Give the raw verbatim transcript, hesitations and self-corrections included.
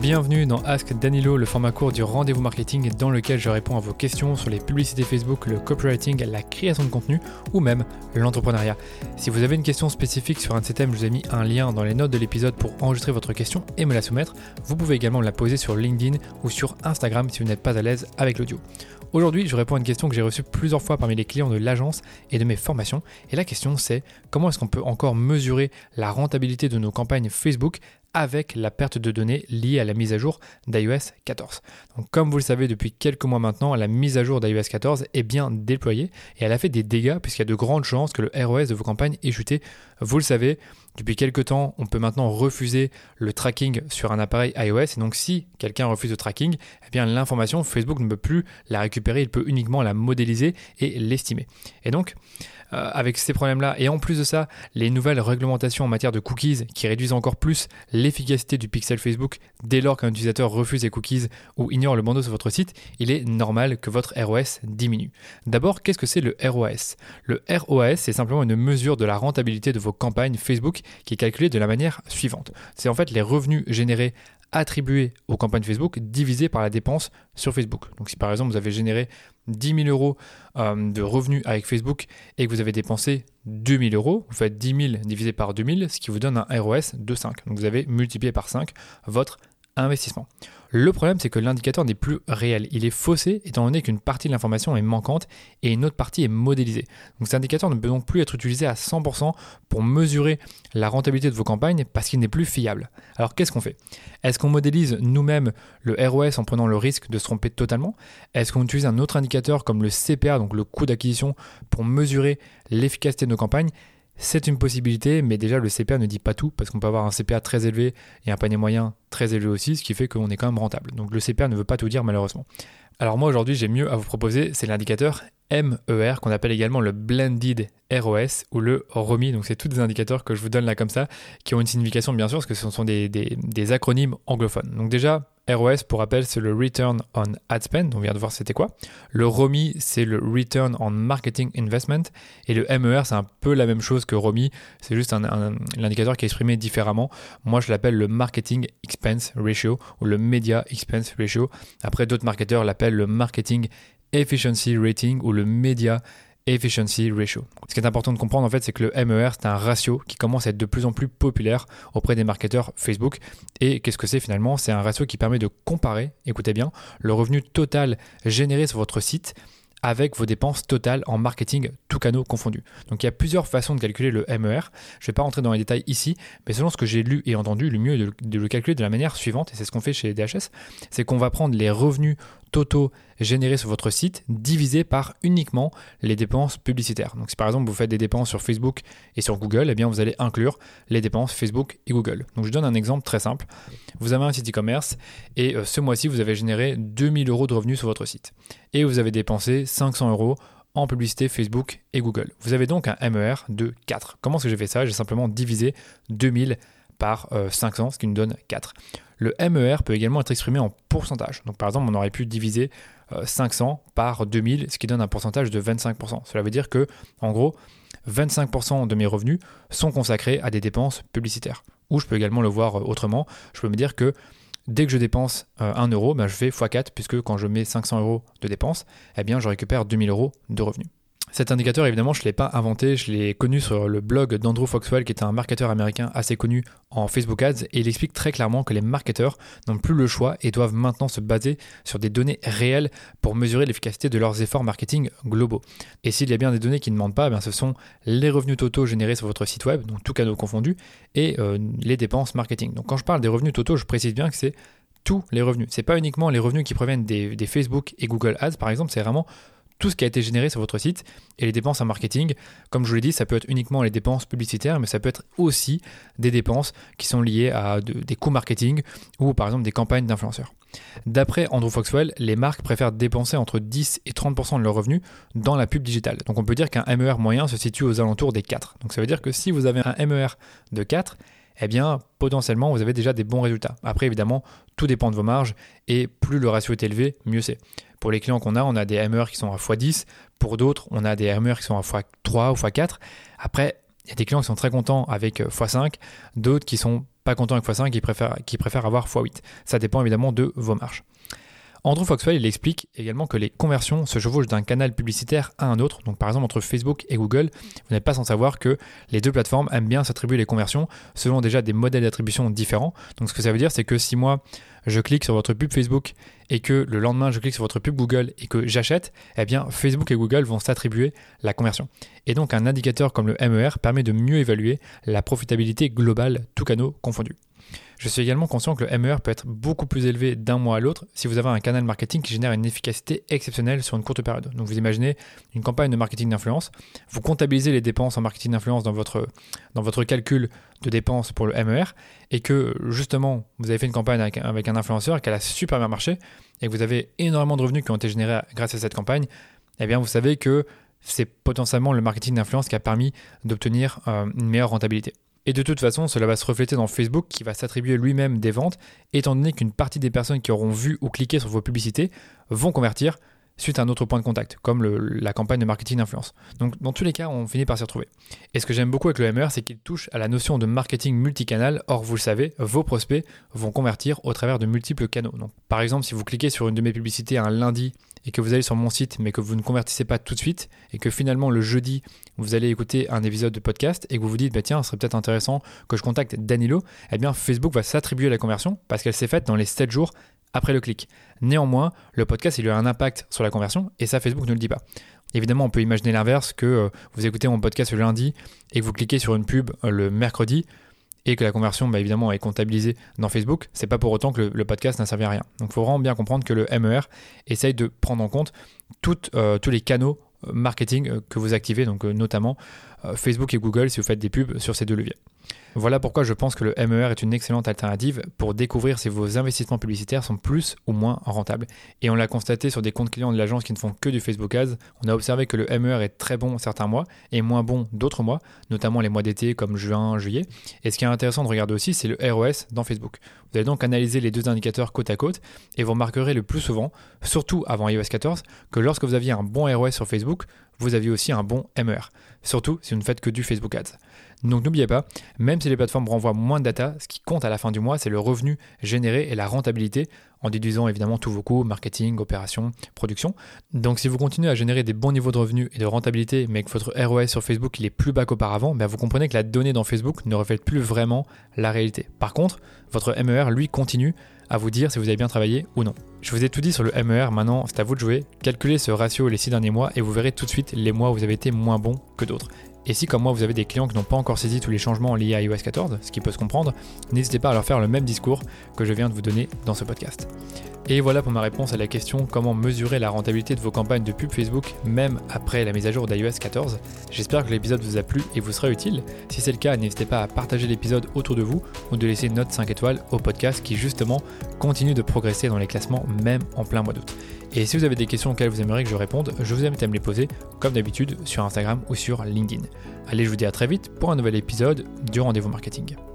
Bienvenue dans Ask Danilo, le format court du rendez-vous marketing dans lequel je réponds à vos questions sur les publicités Facebook, le copywriting, la création de contenu ou même l'entrepreneuriat. Si vous avez une question spécifique sur un de ces thèmes, je vous ai mis un lien dans les notes de l'épisode pour enregistrer votre question et me la soumettre. Vous pouvez également me la poser sur LinkedIn ou sur Instagram si vous n'êtes pas à l'aise avec l'audio. Aujourd'hui, je réponds à une question que j'ai reçue plusieurs fois parmi les clients de l'agence et de mes formations. Et la question c'est, comment est-ce qu'on peut encore mesurer la rentabilité de nos campagnes Facebook avec la perte de données liée à la mise à jour d'i O S quatorze. Donc, comme vous le savez depuis quelques mois maintenant, la mise à jour d'i O S quatorze est bien déployée et elle a fait des dégâts puisqu'il y a de grandes chances que le R O S de vos campagnes ait chuté. Vous le savez, depuis quelques temps, on peut maintenant refuser le tracking sur un appareil iOS et donc si quelqu'un refuse le tracking, eh bien l'information, Facebook ne peut plus la récupérer, il peut uniquement la modéliser et l'estimer. Et donc, Euh, avec ces problèmes-là, et en plus de ça, les nouvelles réglementations en matière de cookies qui réduisent encore plus l'efficacité du pixel Facebook dès lors qu'un utilisateur refuse les cookies ou ignore le bandeau sur votre site, il est normal que votre R O S diminue. D'abord, qu'est-ce que c'est le R O S ? Le R O S, c'est simplement une mesure de la rentabilité de vos campagnes Facebook qui est calculée de la manière suivante. C'est en fait les revenus générés attribués aux campagnes Facebook divisé par la dépense sur Facebook. Donc si par exemple vous avez généré dix mille euros euh, de revenus avec Facebook et que vous avez dépensé deux mille euros, vous faites dix mille divisé par deux mille, ce qui vous donne un R O S de cinq. Donc vous avez multiplié par cinq votre investissement. Le problème, c'est que l'indicateur n'est plus réel. Il est faussé étant donné qu'une partie de l'information est manquante et une autre partie est modélisée. Donc cet indicateur ne peut donc plus être utilisé à cent pour cent pour mesurer la rentabilité de vos campagnes parce qu'il n'est plus fiable. Alors qu'est-ce qu'on fait ? Est-ce qu'on modélise nous-mêmes le R O S en prenant le risque de se tromper totalement ? Est-ce qu'on utilise un autre indicateur comme le C P A, donc le coût d'acquisition, pour mesurer l'efficacité de nos campagnes ? C'est une possibilité, mais déjà le C P A ne dit pas tout parce qu'on peut avoir un C P A très élevé et un panier moyen très élevé aussi, ce qui fait qu'on est quand même rentable. Donc le C P A ne veut pas tout dire malheureusement. Alors moi aujourd'hui j'ai mieux à vous proposer, c'est l'indicateur M E R qu'on appelle également le Blended R O S ou le R O M I. Donc c'est tous des indicateurs que je vous donne là comme ça qui ont une signification bien sûr parce que ce sont des, des, des acronymes anglophones. Donc déjà R O S pour rappel c'est le Return on Ad Spend, on vient de voir c'était quoi. Le R O M I c'est le Return on Marketing Investment et le M E R c'est un peu la même chose que R O M I, c'est juste un, un, l'indicateur qui est exprimé différemment. Moi je l'appelle le Marketing Expense Ratio ou le Media Expense Ratio. Après d'autres marketeurs l'appellent le Marketing Efficiency Rating ou le Media Efficiency Ratio. Ce qui est important de comprendre en fait, c'est que le M E R c'est un ratio qui commence à être de plus en plus populaire auprès des marketeurs Facebook. Et qu'est-ce que c'est finalement ? C'est un ratio qui permet de comparer, écoutez bien, le revenu total généré sur votre site avec vos dépenses totales en marketing, tous canaux confondus. Donc il y a plusieurs façons de calculer le M E R. Je ne vais pas rentrer dans les détails ici, mais selon ce que j'ai lu et entendu, le mieux est de, de le calculer de la manière suivante, et c'est ce qu'on fait chez D H S, c'est qu'on va prendre les revenus totaux générés sur votre site divisés par uniquement les dépenses publicitaires. Donc si par exemple vous faites des dépenses sur Facebook et sur Google, eh bien vous allez inclure les dépenses Facebook et Google. Donc je donne un exemple très simple. Vous avez un site e-commerce et euh, ce mois-ci vous avez généré deux mille euros de revenus sur votre site et vous avez dépensé cinq cents euros en publicité Facebook et Google. Vous avez donc un M E R de quatre. Comment est-ce que j'ai fait ça ? J'ai simplement divisé deux mille par euh, cinq cents, ce qui nous donne quatre. Le M E R peut également être exprimé en pourcentage. Donc par exemple, on aurait pu diviser euh, cinq cents par deux mille, ce qui donne un pourcentage de vingt-cinq pour cent. Cela veut dire que, en gros, vingt-cinq pour cent de mes revenus sont consacrés à des dépenses publicitaires. Ou je peux également le voir euh, autrement. Je peux me dire que dès que je dépense euh, un euro, ben, je fais fois quatre, puisque quand je mets cinq cents euros de dépenses, eh bien, je récupère deux mille euros de revenus. Cet indicateur, évidemment, je ne l'ai pas inventé, je l'ai connu sur le blog d'Andrew Foxwell, qui est un marketeur américain assez connu en Facebook Ads, et il explique très clairement que les marketeurs n'ont plus le choix et doivent maintenant se baser sur des données réelles pour mesurer l'efficacité de leurs efforts marketing globaux. Et s'il y a bien des données qui ne mentent pas, bien ce sont les revenus totaux générés sur votre site web, donc tous canaux confondus, et euh, les dépenses marketing. Donc quand je parle des revenus totaux, je précise bien que c'est tous les revenus. Ce n'est pas uniquement les revenus qui proviennent des, des Facebook et Google Ads, par exemple, c'est vraiment tout ce qui a été généré sur votre site et les dépenses en marketing. Comme je vous l'ai dit, ça peut être uniquement les dépenses publicitaires, mais ça peut être aussi des dépenses qui sont liées à de, des coûts marketing ou par exemple des campagnes d'influenceurs. D'après Andrew Foxwell, les marques préfèrent dépenser entre dix et trente pour cent de leurs revenus dans la pub digitale. Donc on peut dire qu'un M E R moyen se situe aux alentours des quatre. Donc ça veut dire que si vous avez un M E R de quatre, eh bien, potentiellement, vous avez déjà des bons résultats. Après, évidemment, tout dépend de vos marges et plus le ratio est élevé, mieux c'est. Pour les clients qu'on a, on a des M E R qui sont à fois dix. Pour d'autres, on a des M E R qui sont à fois trois ou fois quatre. Après, Il y a des clients qui sont très contents avec fois cinq, d'autres qui sont pas contents avec fois cinq et qui préfèrent, qui préfèrent avoir fois huit. Ça dépend évidemment de vos marges. Andrew Foxwell, il explique également que les conversions se chevauchent d'un canal publicitaire à un autre. Donc par exemple entre Facebook et Google, vous n'êtes pas sans savoir que les deux plateformes aiment bien s'attribuer les conversions selon déjà des modèles d'attribution différents. Donc ce que ça veut dire, c'est que si moi je clique sur votre pub Facebook et que le lendemain je clique sur votre pub Google et que j'achète, eh bien Facebook et Google vont s'attribuer la conversion. Et donc un indicateur comme le M E R permet de mieux évaluer la profitabilité globale, tous canaux confondus. Je suis également conscient que le M E R peut être beaucoup plus élevé d'un mois à l'autre si vous avez un canal marketing qui génère une efficacité exceptionnelle sur une courte période. Donc vous imaginez une campagne de marketing d'influence, vous comptabilisez les dépenses en marketing d'influence dans votre, dans votre calcul de dépenses pour le M E R et que justement vous avez fait une campagne avec, avec un influenceur qui a super bien marché et que vous avez énormément de revenus qui ont été générés grâce à cette campagne, eh bien vous savez que c'est potentiellement le marketing d'influence qui a permis d'obtenir euh, une meilleure rentabilité. Et de toute façon, cela va se refléter dans Facebook qui va s'attribuer lui-même des ventes, étant donné qu'une partie des personnes qui auront vu ou cliqué sur vos publicités vont convertir suite à un autre point de contact, comme le, la campagne de marketing d'influence. Donc dans tous les cas, on finit par s'y retrouver. Et ce que j'aime beaucoup avec le M E R, c'est qu'il touche à la notion de marketing multicanal. Or, vous le savez, vos prospects vont convertir au travers de multiples canaux. Donc, par exemple, si vous cliquez sur une de mes publicités un lundi et que vous allez sur mon site mais que vous ne convertissez pas tout de suite et que finalement le jeudi vous allez écouter un épisode de podcast et que vous vous dites bah tiens, ce serait peut-être intéressant que je contacte Danilo, eh bien Facebook va s'attribuer la conversion parce qu'elle s'est faite dans les sept jours après le clic. Néanmoins, le podcast il a un impact sur la conversion et ça Facebook ne le dit pas. Évidemment, on peut imaginer l'inverse, que euh, vous écoutez mon podcast le lundi et que vous cliquez sur une pub euh, le mercredi et que la conversion bah, évidemment est comptabilisée dans Facebook, c'est pas pour autant que le, le podcast n'a servi à rien. Donc il faut vraiment bien comprendre que le M E R essaye de prendre en compte toutes, euh, tous les canaux marketing euh, que vous activez, donc euh, notamment euh, Facebook et Google si vous faites des pubs sur ces deux leviers. Voilà pourquoi je pense que le M E R est une excellente alternative pour découvrir si vos investissements publicitaires sont plus ou moins rentables. Et on l'a constaté sur des comptes clients de l'agence qui ne font que du Facebook Ads. On a observé que le M E R est très bon certains mois et moins bon d'autres mois, notamment les mois d'été comme juin, juillet. Et ce qui est intéressant de regarder aussi, c'est le R O S dans Facebook. Vous allez donc analyser les deux indicateurs côte à côte et vous remarquerez le plus souvent, surtout avant i O S quatorze, que lorsque vous aviez un bon R O S sur Facebook, vous aviez aussi un bon M E R. Surtout si vous ne faites que du Facebook Ads. Donc n'oubliez pas, même si les plateformes renvoient moins de data, ce qui compte à la fin du mois, c'est le revenu généré et la rentabilité, en déduisant évidemment tous vos coûts, marketing, opération, production. Donc si vous continuez à générer des bons niveaux de revenus et de rentabilité, mais que votre R O S sur Facebook il est plus bas qu'auparavant, ben vous comprenez que la donnée dans Facebook ne reflète plus vraiment la réalité. Par contre, votre M E R, lui, continue à vous dire si vous avez bien travaillé ou non. Je vous ai tout dit sur le M E R, maintenant c'est à vous de jouer. Calculez ce ratio les six derniers mois et vous verrez tout de suite les mois où vous avez été moins bon que d'autres. Et si comme moi vous avez des clients qui n'ont pas encore saisi tous les changements liés à i O S quatorze, ce qui peut se comprendre, n'hésitez pas à leur faire le même discours que je viens de vous donner dans ce podcast. Et voilà pour ma réponse à la question comment mesurer la rentabilité de vos campagnes de pub Facebook même après la mise à jour d'i O S quatorze. J'espère que l'épisode vous a plu et vous sera utile. Si c'est le cas, n'hésitez pas à partager l'épisode autour de vous ou de laisser une note cinq étoiles au podcast qui justement continue de progresser dans les classements même en plein mois d'août. Et si vous avez des questions auxquelles vous aimeriez que je réponde, je vous invite à me les poser comme d'habitude sur Instagram ou sur LinkedIn. Allez, je vous dis à très vite pour un nouvel épisode du Rendez-vous Marketing.